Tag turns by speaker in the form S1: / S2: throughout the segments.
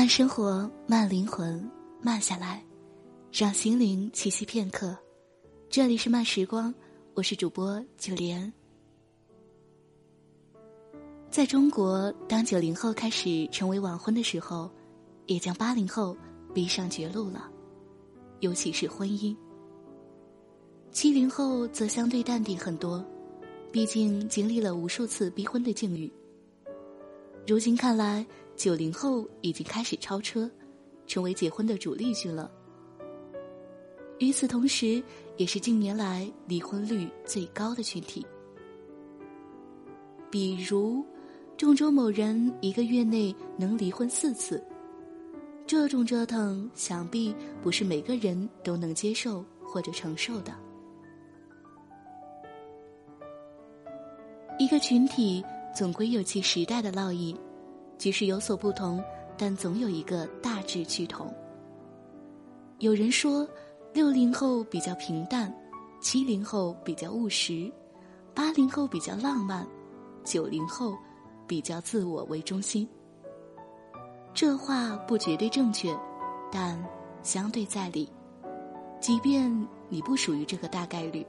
S1: 慢生活，慢灵魂，慢下来，让心灵栖息片刻。这里是慢时光，我是主播九莲。在中国，当90后开始成为晚婚的时候，也将80后逼上绝路了，尤其是婚姻。70后则相对淡定很多，毕竟经历了无数次逼婚的境遇。如今看来，90后已经开始超车，成为结婚的主力军了。与此同时，也是近年来离婚率最高的群体。比如郑州某人1个月内能离婚4次，这种折腾想必不是每个人都能接受或者承受的。一个群体总归有其时代的烙印，即使有所不同，但总有一个大致趋同。有人说60后比较平淡，70后比较务实，80后比较浪漫，90后比较自我为中心。这话不绝对正确，但相对在理，即便你不属于这个大概率。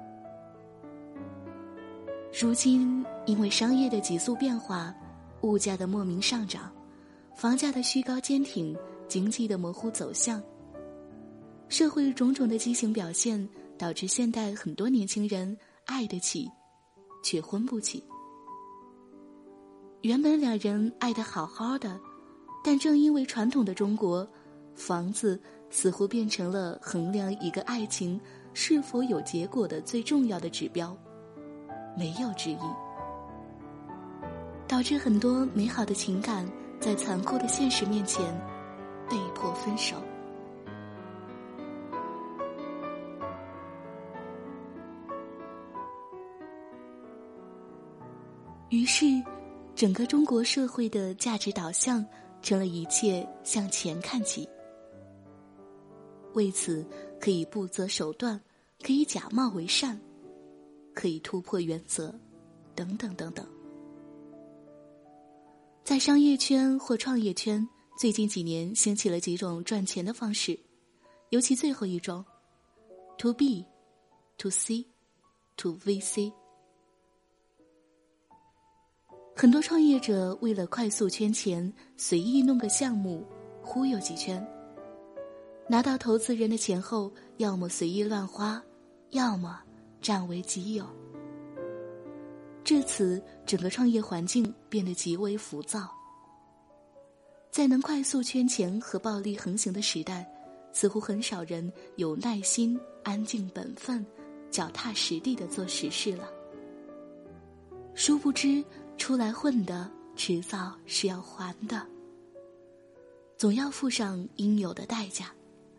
S1: 如今因为商业的急速变化，物价的莫名上涨，房价的虚高坚挺，经济的模糊走向，社会种种的畸形表现，导致现代很多年轻人爱得起，却婚不起。原本两人爱得好好的，但正因为传统的中国，房子似乎变成了衡量一个爱情是否有结果的最重要的指标，没有之一，导致很多美好的情感在残酷的现实面前被迫分手。于是整个中国社会的价值导向成了一切向钱看齐，为此可以不择手段，可以假冒为善，可以突破原则，等等等等。在商业圈或创业圈，最近几年兴起了几种赚钱的方式，尤其最后一种 To B To C To VC。 很多创业者为了快速圈钱，随意弄个项目忽悠几圈，拿到投资人的钱后，要么随意乱花，要么占为己有。至此，整个创业环境变得极为浮躁。在能快速圈钱和暴力横行的时代，似乎很少人有耐心、安静本分、脚踏实地地做实事了。殊不知，出来混的迟早是要还的，总要付上应有的代价。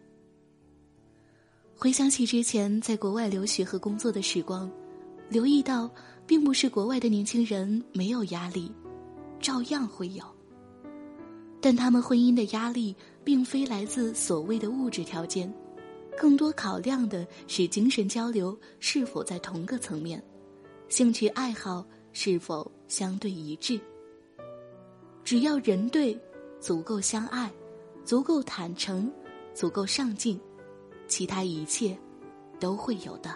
S1: 回想起之前在国外留学和工作的时光，留意到并不是国外的年轻人没有压力，照样会有，但他们婚姻的压力并非来自所谓的物质条件，更多考量的是精神交流是否在同个层面，兴趣爱好是否相对一致。只要人对，足够相爱，足够坦诚，足够上进，其他一切都会有的。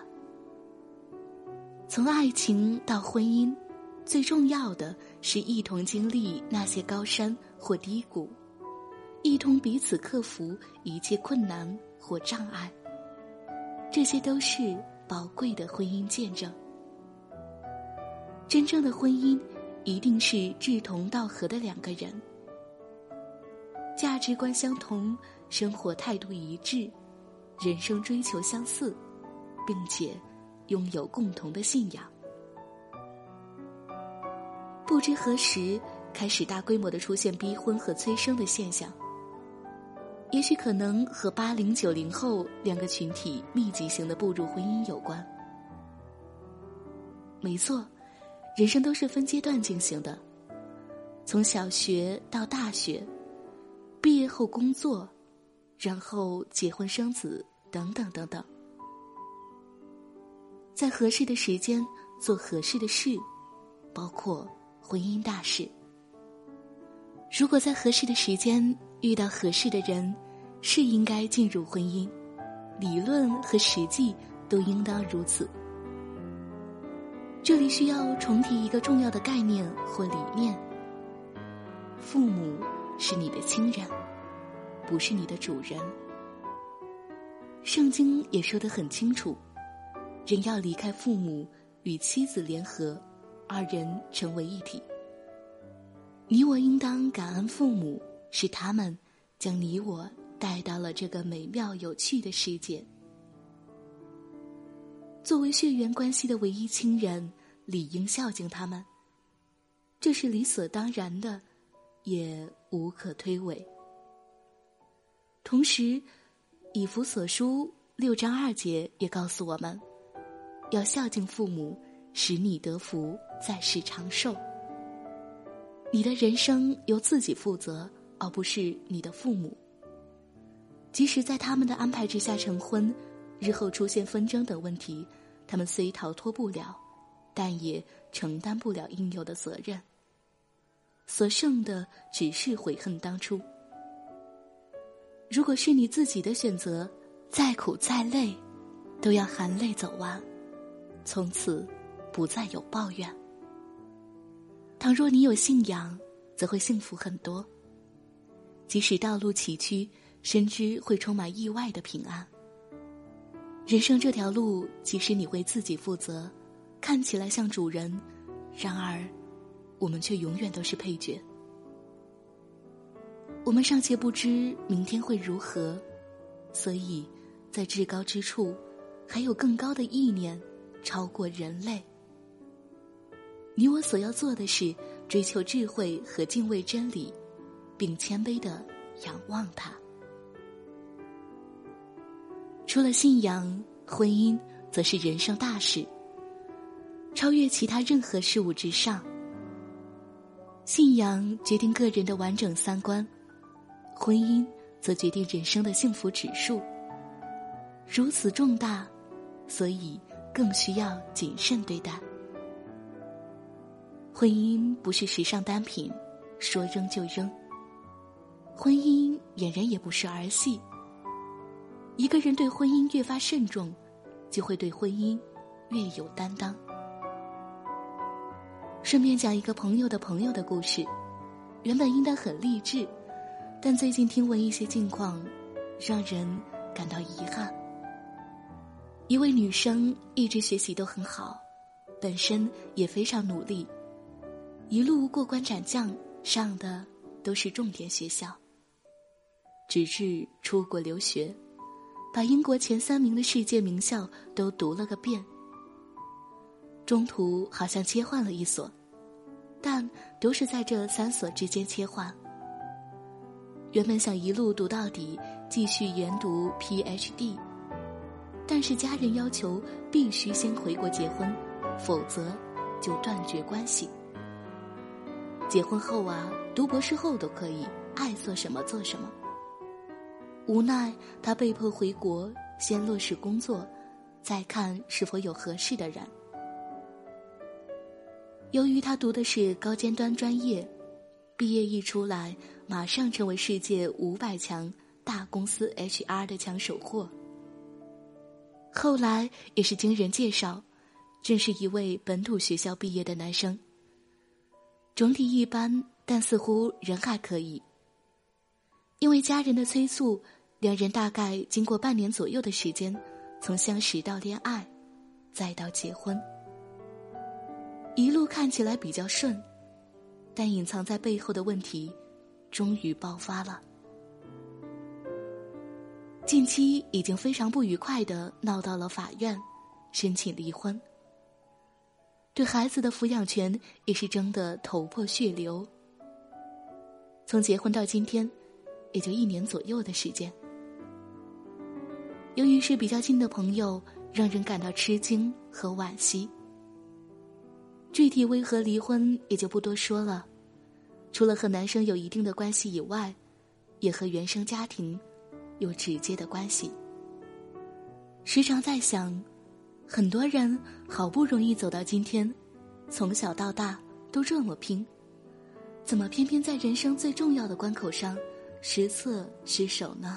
S1: 从爱情到婚姻，最重要的是一同经历那些高山或低谷，一同彼此克服一切困难或障碍，这些都是宝贵的婚姻见证。真正的婚姻一定是志同道合的两个人，价值观相同，生活态度一致，人生追求相似，并且拥有共同的信仰。不知何时开始大规模地出现逼婚和催生的现象，也许可能和80、90后两个群体密集型的步入婚姻有关。没错，人生都是分阶段进行的，从小学到大学，毕业后工作，然后结婚生子，等等等等。在合适的时间做合适的事，包括婚姻大事。如果在合适的时间遇到合适的人，是应该进入婚姻，理论和实际都应当如此。这里需要重提一个重要的概念或理念：父母是你的亲人，不是你的主人。圣经也说得很清楚，人要离开父母，与妻子联合，二人成为一体。你我应当感恩父母，是他们将你我带到了这个美妙有趣的世界。作为血缘关系的唯一亲人，理应孝敬他们，这是理所当然的，也无可推诿。同时，以弗所书6章2节也告诉我们，要孝敬父母，使你得福，在世长寿。你的人生由自己负责，而不是你的父母。即使在他们的安排之下成婚，日后出现纷争等问题，他们虽逃脱不了，但也承担不了应有的责任。所剩的只是悔恨当初。如果是你自己的选择，再苦再累，都要含泪走完，从此不再有抱怨。倘若你有信仰，则会幸福很多。即使道路崎岖，深知会充满意外的平安。人生这条路，即使你为自己负责，看起来像主人，然而我们却永远都是配角。我们尚且不知明天会如何，所以在至高之处，还有更高的意念超过人类。你我所要做的是追求智慧和敬畏真理，并谦卑地仰望它。除了信仰，婚姻则是人生大事，超越其他任何事物之上。信仰决定个人的完整三观，婚姻则决定人生的幸福指数。如此重大，所以更需要谨慎对待。婚姻不是时尚单品，说扔就扔。婚姻俨然也不是儿戏。一个人对婚姻越发慎重，就会对婚姻越有担当。顺便讲一个朋友的朋友的故事，原本应当很励志，但最近听闻一些近况，让人感到遗憾。一位女生一直学习都很好，本身也非常努力，一路过关斩将，上的都是重点学校，直至出国留学，把英国前3名的世界名校都读了个遍。中途好像切换了一所，但都是在这3所之间切换。原本想一路读到底，继续研读 PhD， 但是家人要求必须先回国结婚，否则就断绝关系。结婚后读博士后都可以，爱做什么做什么。无奈他被迫回国，先落实工作，再看是否有合适的人。由于他读的是高尖端专业，毕业一出来，马上成为世界500强大公司 HR 的抢手货。后来也是经人介绍，正是一位本土学校毕业的男生。总体一般，但似乎人还可以。因为家人的催促，两人大概经过半年左右的时间，从相识到恋爱，再到结婚。一路看起来比较顺，但隐藏在背后的问题终于爆发了。近期已经非常不愉快地闹到了法院，申请离婚。对孩子的抚养权也是争得头破血流。从结婚到今天，也就1年左右的时间。由于是比较近的朋友，让人感到吃惊和惋惜。具体为何离婚也就不多说了，除了和男生有一定的关系以外，也和原生家庭有直接的关系。时常在想，很多人好不容易走到今天，从小到大都这么拼，怎么偏偏在人生最重要的关口上失策失手呢？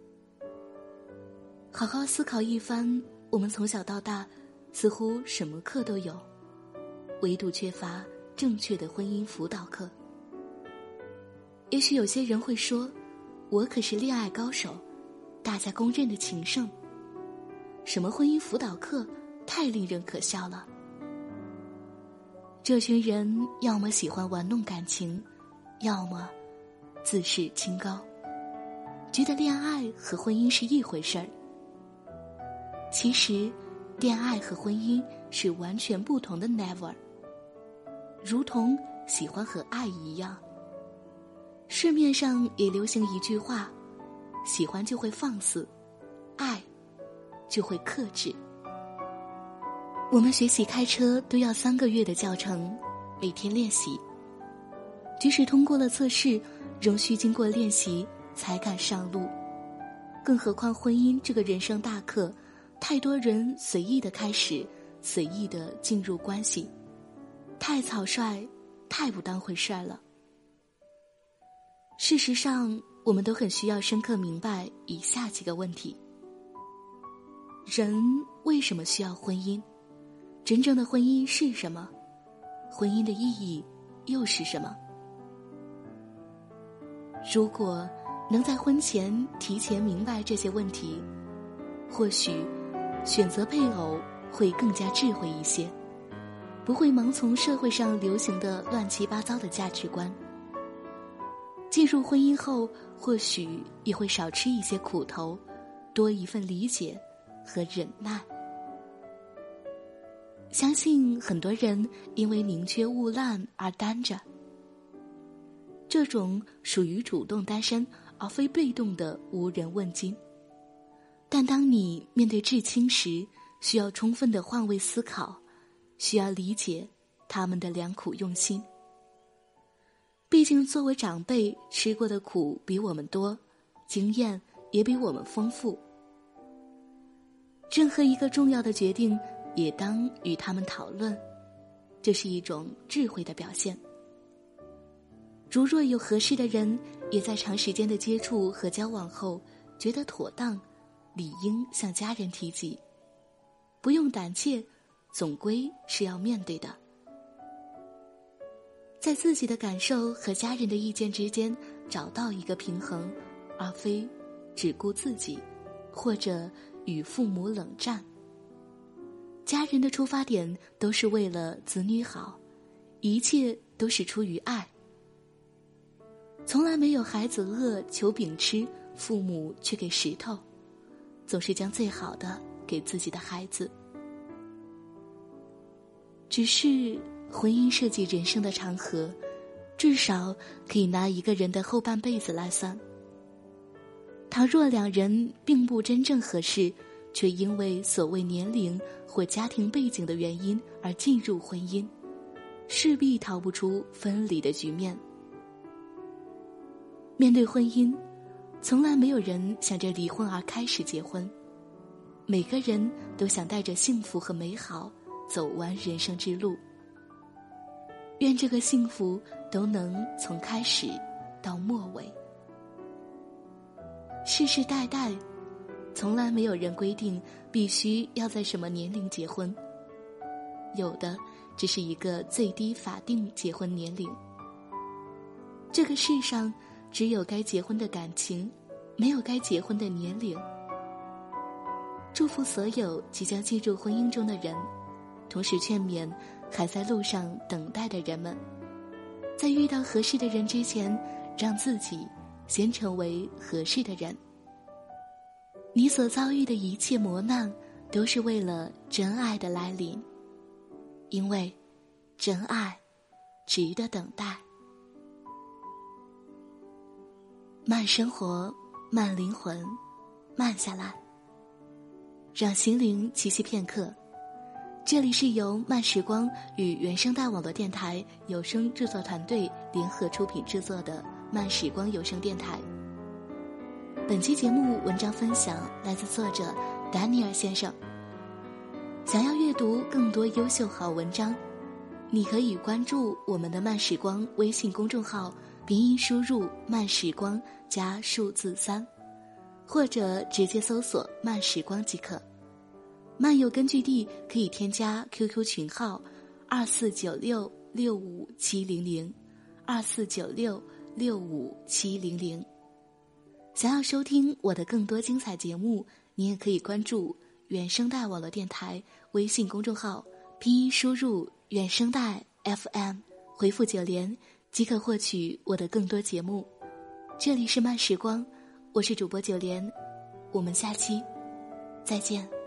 S1: 好好思考一番，我们从小到大似乎什么课都有，唯独缺乏正确的婚姻辅导课。也许有些人会说，我可是恋爱高手，大家公认的情圣，什么婚姻辅导课太令人可笑了。这群人要么喜欢玩弄感情，要么自视清高，觉得恋爱和婚姻是一回事儿。其实恋爱和婚姻是完全不同的 never， 如同喜欢和爱一样。市面上也流行一句话，喜欢就会放肆，爱就会克制。我们学习开车都要3个月的教程，每天练习，即使通过了测试，仍需经过练习才敢上路。更何况婚姻这个人生大课，太多人随意的开始，随意的进入关系，太草率，太不当回事儿了。事实上，我们都很需要深刻明白以下几个问题：人为什么需要婚姻？真正的婚姻是什么？婚姻的意义又是什么？如果能在婚前提前明白这些问题，或许选择配偶会更加智慧一些，不会盲从社会上流行的乱七八糟的价值观。进入婚姻后，或许也会少吃一些苦头，多一份理解和忍耐。相信很多人因为宁缺毋滥而单着，这种属于主动单身而非被动的无人问津。但当你面对至亲时，需要充分的换位思考，需要理解他们的良苦用心。毕竟作为长辈，吃过的苦比我们多，经验也比我们丰富。任何一个重要的决定也当与他们讨论，这是一种智慧的表现。如若有合适的人，也在长时间的接触和交往后觉得妥当，理应向家人提及，不用胆怯，总归是要面对的。在自己的感受和家人的意见之间找到一个平衡，而非只顾自己，或者与父母冷战。家人的出发点都是为了子女好，一切都是出于爱。从来没有孩子饿求饼吃，父母却给石头，总是将最好的给自己的孩子。只是婚姻涉及人生的长河，至少可以拿一个人的后半辈子来算。倘若两人并不真正合适，却因为所谓年龄或家庭背景的原因而进入婚姻，势必逃不出分离的局面。面对婚姻，从来没有人想着离婚而开始结婚，每个人都想带着幸福和美好走完人生之路。愿这个幸福都能从开始到末尾。世世代代，从来没有人规定必须要在什么年龄结婚，有的只是一个最低法定结婚年龄。这个世上只有该结婚的感情，没有该结婚的年龄。祝福所有即将进入婚姻中的人，同时劝勉还在路上等待的人们，在遇到合适的人之前，让自己先成为合适的人。你所遭遇的一切磨难，都是为了真爱的来临，因为真爱值得等待。慢生活，慢灵魂，慢下来，让心灵栖息片刻。这里是由慢时光与原声带网络电台有声制作团队联合出品制作的慢时光有声电台。本期节目文章分享来自作者丹尼尔先生。想要阅读更多优秀好文章，你可以关注我们的慢时光微信公众号， 鼻音输入慢时光加数字3，或者直接搜索慢时光即可。漫游根据地可以添加 QQ 群号2496-65700，2496-65700。想要收听我的更多精彩节目，你也可以关注原声带网络电台微信公众号，拼音输入原声带 FM， 回复9连即可获取我的更多节目。这里是慢时光，我是主播9连，我们下期再见。